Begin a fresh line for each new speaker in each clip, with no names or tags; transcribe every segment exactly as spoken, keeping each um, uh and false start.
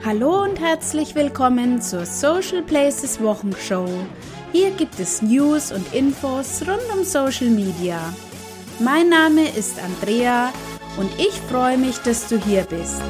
Hallo und herzlich willkommen zur Social Places Wochenshow. Hier gibt es News und Infos rund um Social Media. Mein Name ist Andrea und ich freue mich, dass du hier bist.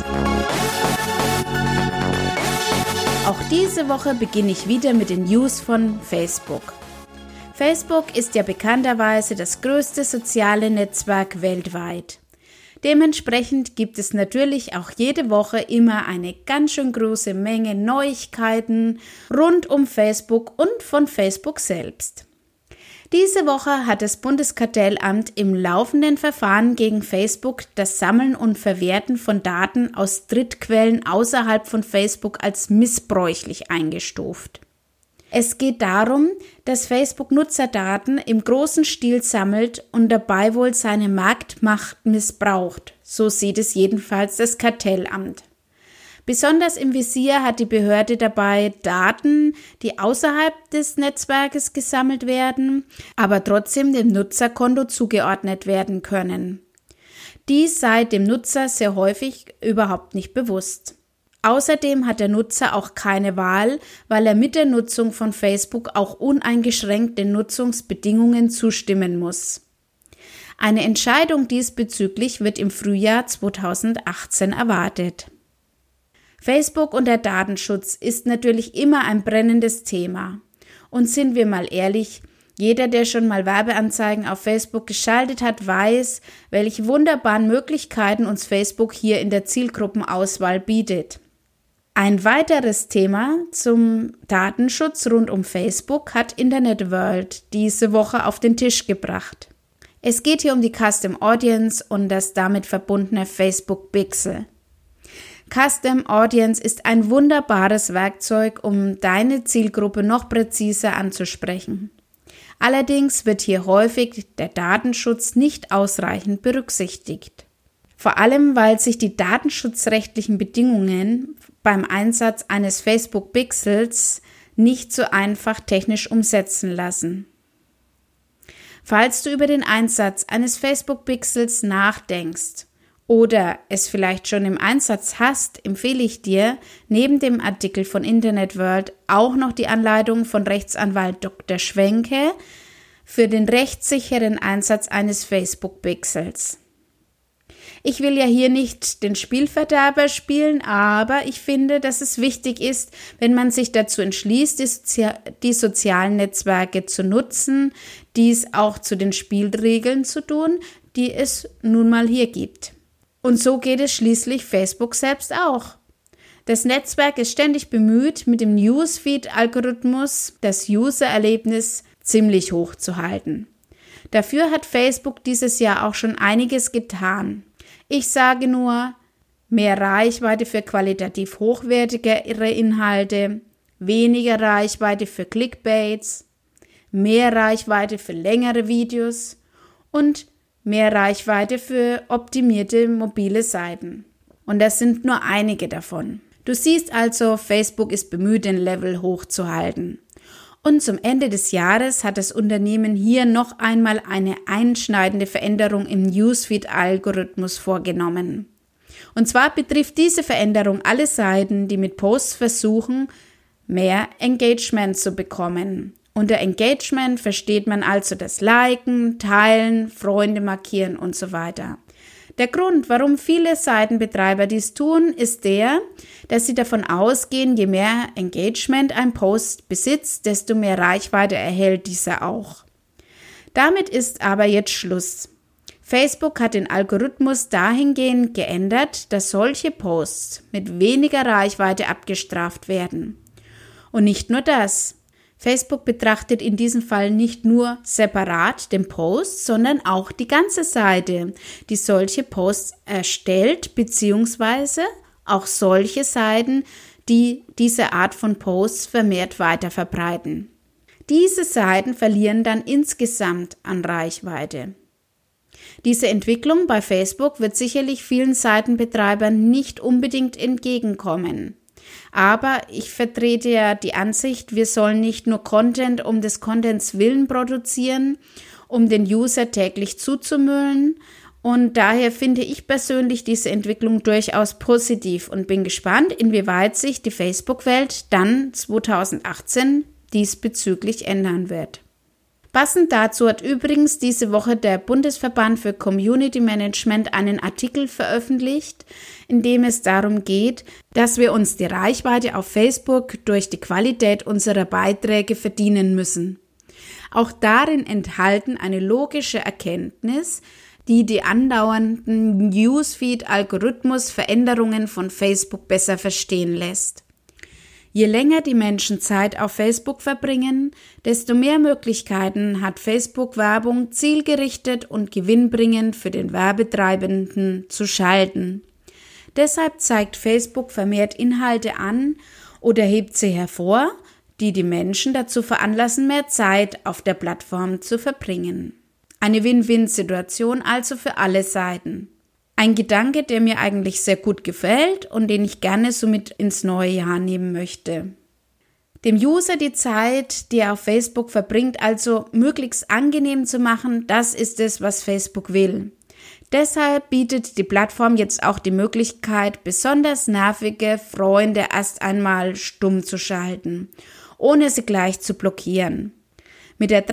Auch diese Woche beginne ich wieder mit den News von Facebook. Facebook ist ja bekannterweise das größte soziale Netzwerk weltweit. Dementsprechend gibt es natürlich auch jede Woche immer eine ganz schön große Menge Neuigkeiten rund um Facebook und von Facebook selbst. Diese Woche hat das Bundeskartellamt im laufenden Verfahren gegen Facebook das Sammeln und Verwerten von Daten aus Drittquellen außerhalb von Facebook als missbräuchlich eingestuft. Es geht darum, dass Facebook Nutzerdaten im großen Stil sammelt und dabei wohl seine Marktmacht missbraucht. So sieht es jedenfalls das Kartellamt. Besonders im Visier hat die Behörde dabei Daten, die außerhalb des Netzwerkes gesammelt werden, aber trotzdem dem Nutzerkonto zugeordnet werden können. Dies sei dem Nutzer sehr häufig überhaupt nicht bewusst. Außerdem hat der Nutzer auch keine Wahl, weil er mit der Nutzung von Facebook auch uneingeschränkt den Nutzungsbedingungen zustimmen muss. Eine Entscheidung diesbezüglich wird im Frühjahr zweitausendachtzehn erwartet. Facebook und der Datenschutz ist natürlich immer ein brennendes Thema. Und sind wir mal ehrlich, jeder, der schon mal Werbeanzeigen auf Facebook geschaltet hat, weiß, welche wunderbaren Möglichkeiten uns Facebook hier in der Zielgruppenauswahl bietet. Ein weiteres Thema zum Datenschutz rund um Facebook hat Internet World diese Woche auf den Tisch gebracht. Es geht hier um die Custom Audience und das damit verbundene Facebook Pixel. Custom Audience ist ein wunderbares Werkzeug, um deine Zielgruppe noch präziser anzusprechen. Allerdings wird hier häufig der Datenschutz nicht ausreichend berücksichtigt. Vor allem, weil sich die datenschutzrechtlichen Bedingungen beim Einsatz eines Facebook Pixels nicht so einfach technisch umsetzen lassen. Falls du über den Einsatz eines Facebook Pixels nachdenkst oder es vielleicht schon im Einsatz hast, empfehle ich dir, neben dem Artikel von Internet World auch noch die Anleitung von Rechtsanwalt Doktor Schwenke für den rechtssicheren Einsatz eines Facebook Pixels. Ich will ja hier nicht den Spielverderber spielen, aber ich finde, dass es wichtig ist, wenn man sich dazu entschließt, die, Sozi- die sozialen Netzwerke zu nutzen, dies auch zu den Spielregeln zu tun, die es nun mal hier gibt. Und so geht es schließlich Facebook selbst auch. Das Netzwerk ist ständig bemüht, mit dem Newsfeed-Algorithmus das User-Erlebnis ziemlich hoch zu halten. Dafür hat Facebook dieses Jahr auch schon einiges getan. Ich sage nur, mehr Reichweite für qualitativ hochwertigere Inhalte, weniger Reichweite für Clickbaits, mehr Reichweite für längere Videos und mehr Reichweite für optimierte mobile Seiten. Und das sind nur einige davon. Du siehst also, Facebook ist bemüht, den Level hochzuhalten. Und zum Ende des Jahres hat das Unternehmen hier noch einmal eine einschneidende Veränderung im Newsfeed-Algorithmus vorgenommen. Und zwar betrifft diese Veränderung alle Seiten, die mit Posts versuchen, mehr Engagement zu bekommen. Unter Engagement versteht man also das Liken, Teilen, Freunde markieren und so weiter. Der Grund, warum viele Seitenbetreiber dies tun, ist der, dass sie davon ausgehen, je mehr Engagement ein Post besitzt, desto mehr Reichweite erhält dieser auch. Damit ist aber jetzt Schluss. Facebook hat den Algorithmus dahingehend geändert, dass solche Posts mit weniger Reichweite abgestraft werden. Und nicht nur das. Facebook betrachtet in diesem Fall nicht nur separat den Post, sondern auch die ganze Seite, die solche Posts erstellt, beziehungsweise auch solche Seiten, die diese Art von Posts vermehrt weiterverbreiten. Diese Seiten verlieren dann insgesamt an Reichweite. Diese Entwicklung bei Facebook wird sicherlich vielen Seitenbetreibern nicht unbedingt entgegenkommen. Aber ich vertrete ja die Ansicht, wir sollen nicht nur Content um des Contents willen produzieren, um den User täglich zuzumüllen Und daher finde ich persönlich diese Entwicklung durchaus positiv und bin gespannt, inwieweit sich die Facebook-Welt dann zweitausendachtzehn diesbezüglich ändern wird. Passend dazu hat übrigens diese Woche der Bundesverband für Community Management einen Artikel veröffentlicht, in dem es darum geht, dass wir uns die Reichweite auf Facebook durch die Qualität unserer Beiträge verdienen müssen. Auch darin enthalten eine logische Erkenntnis, die die andauernden Newsfeed-Algorithmus-Veränderungen von Facebook besser verstehen lässt. Je länger die Menschen Zeit auf Facebook verbringen, desto mehr Möglichkeiten hat Facebook, Werbung zielgerichtet und gewinnbringend für den Werbetreibenden zu schalten. Deshalb zeigt Facebook vermehrt Inhalte an oder hebt sie hervor, die die Menschen dazu veranlassen, mehr Zeit auf der Plattform zu verbringen. Eine Win-Win-Situation also für alle Seiten. Ein Gedanke, der mir eigentlich sehr gut gefällt und den ich gerne somit ins neue Jahr nehmen möchte. Dem User die Zeit, die er auf Facebook verbringt, also möglichst angenehm zu machen, das ist es, was Facebook will. Deshalb bietet die Plattform jetzt auch die Möglichkeit, besonders nervige Freunde erst einmal stumm zu schalten, ohne sie gleich zu blockieren. Mit der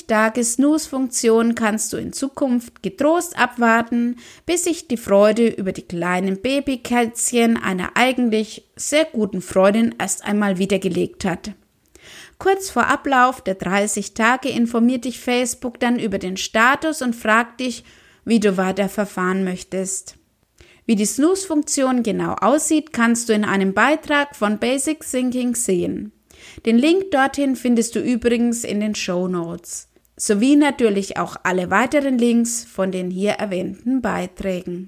dreißig-Tage-Snooze-Funktion kannst du in Zukunft getrost abwarten, bis sich die Freude über die kleinen Babykätzchen einer eigentlich sehr guten Freundin erst einmal wiedergelegt hat. Kurz vor Ablauf der dreißig Tage informiert dich Facebook dann über den Status und fragt dich, wie du weiter verfahren möchtest. Wie die Snooze-Funktion genau aussieht, kannst du in einem Beitrag von Basic Thinking sehen. Den Link dorthin findest du übrigens in den Shownotes, sowie natürlich auch alle weiteren Links von den hier erwähnten Beiträgen.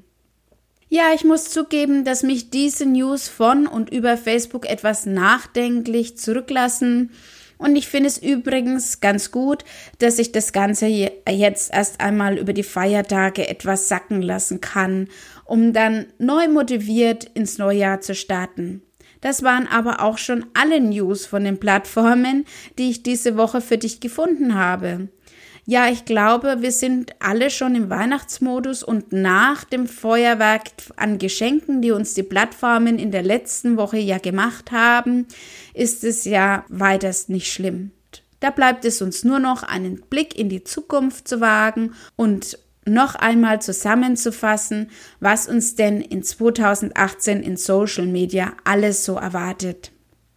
Ja, ich muss zugeben, dass mich diese News von und über Facebook etwas nachdenklich zurücklassen und ich finde es übrigens ganz gut, dass ich das Ganze jetzt erst einmal über die Feiertage etwas sacken lassen kann, um dann neu motiviert ins neue Jahr zu starten. Das waren aber auch schon alle News von den Plattformen, die ich diese Woche für dich gefunden habe. Ja, ich glaube, wir sind alle schon im Weihnachtsmodus und nach dem Feuerwerk an Geschenken, die uns die Plattformen in der letzten Woche ja gemacht haben, ist es ja weiters nicht schlimm. Da bleibt es uns nur noch, einen Blick in die Zukunft zu wagen und noch einmal zusammenzufassen, was uns denn in zweitausendachtzehn in Social Media alles so erwartet.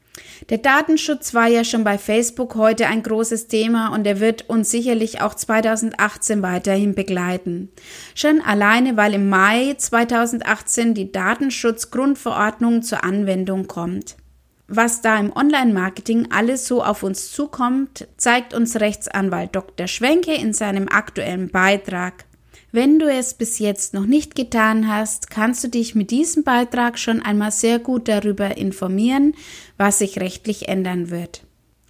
Der Datenschutz war ja schon bei Facebook heute ein großes Thema und er wird uns sicherlich auch zweitausendachtzehn weiterhin begleiten. Schon alleine, weil im Mai zweitausendachtzehn die Datenschutzgrundverordnung zur Anwendung kommt. Was da im Online-Marketing alles so auf uns zukommt, zeigt uns Rechtsanwalt Doktor Schwenke in seinem aktuellen Beitrag. Wenn du es bis jetzt noch nicht getan hast, kannst du dich mit diesem Beitrag schon einmal sehr gut darüber informieren, was sich rechtlich ändern wird.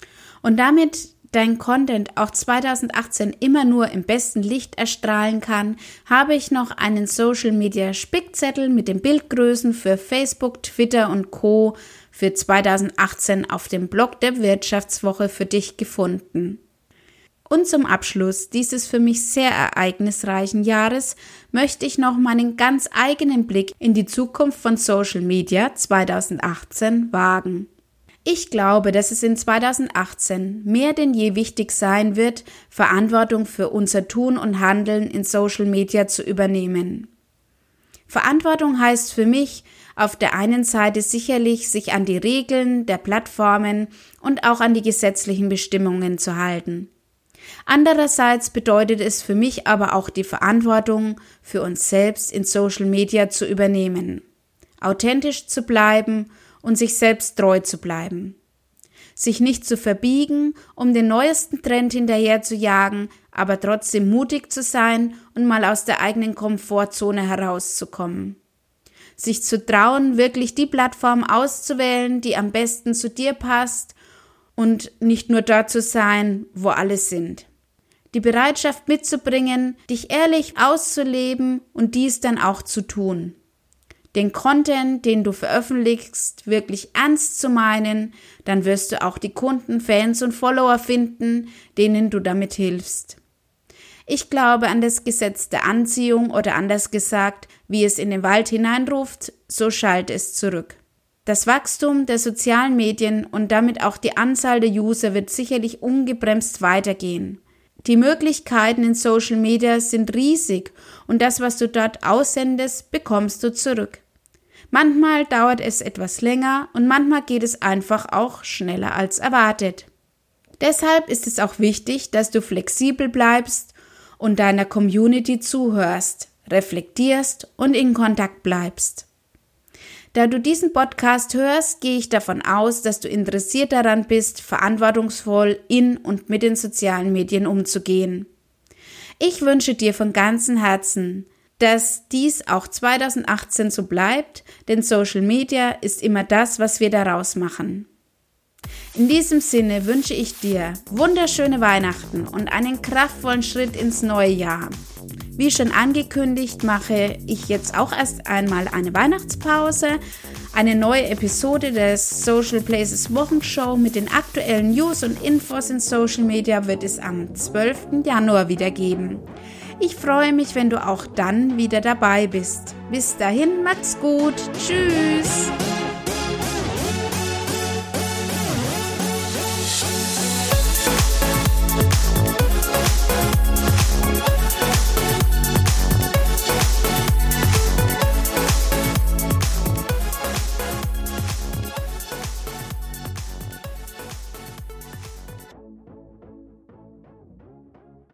Und damit dein Content auch zweitausendachtzehn immer nur im besten Licht erstrahlen kann, habe ich noch einen Social Media Spickzettel mit den Bildgrößen für Facebook, Twitter und Co. für zweitausendachtzehn auf dem Blog der Wirtschaftswoche für dich gefunden. Und zum Abschluss dieses für mich sehr ereignisreichen Jahres möchte ich noch meinen ganz eigenen Blick in die Zukunft von Social Media zweitausendachtzehn wagen. Ich glaube, dass es in zweitausendachtzehn mehr denn je wichtig sein wird, Verantwortung für unser Tun und Handeln in Social Media zu übernehmen. Verantwortung heißt für mich auf der einen Seite sicherlich, sich an die Regeln der Plattformen und auch an die gesetzlichen Bestimmungen zu halten. Andererseits bedeutet es für mich aber auch die Verantwortung für uns selbst in Social Media zu übernehmen, authentisch zu bleiben und sich selbst treu zu bleiben. Sich nicht zu verbiegen, um den neuesten Trend hinterher zu jagen, aber trotzdem mutig zu sein und mal aus der eigenen Komfortzone herauszukommen. Sich zu trauen, wirklich die Plattform auszuwählen, die am besten zu dir passt und nicht nur dort zu sein, wo alle sind. Die Bereitschaft mitzubringen, dich ehrlich auszuleben und dies dann auch zu tun. Den Content, den du veröffentlichst, wirklich ernst zu meinen, dann wirst du auch die Kunden, Fans und Follower finden, denen du damit hilfst. Ich glaube an das Gesetz der Anziehung oder anders gesagt, wie es in den Wald hineinruft, so schallt es zurück. Das Wachstum der sozialen Medien und damit auch die Anzahl der User wird sicherlich ungebremst weitergehen. Die Möglichkeiten in Social Media sind riesig und das, was du dort aussendest, bekommst du zurück. Manchmal dauert es etwas länger und manchmal geht es einfach auch schneller als erwartet. Deshalb ist es auch wichtig, dass du flexibel bleibst und deiner Community zuhörst, reflektierst und in Kontakt bleibst. Da du diesen Podcast hörst, gehe ich davon aus, dass du interessiert daran bist, verantwortungsvoll in und mit den sozialen Medien umzugehen. Ich wünsche dir von ganzem Herzen, dass dies auch zwanzig achtzehn so bleibt, denn Social Media ist immer das, was wir daraus machen. In diesem Sinne wünsche ich dir wunderschöne Weihnachten und einen kraftvollen Schritt ins neue Jahr. Wie schon angekündigt, mache ich jetzt auch erst einmal eine Weihnachtspause. Eine neue Episode der Social Places Wochenshow mit den aktuellen News und Infos in Social Media wird es am zwölften Januar wieder geben. Ich freue mich, wenn du auch dann wieder dabei bist. Bis dahin, macht's gut. Tschüss.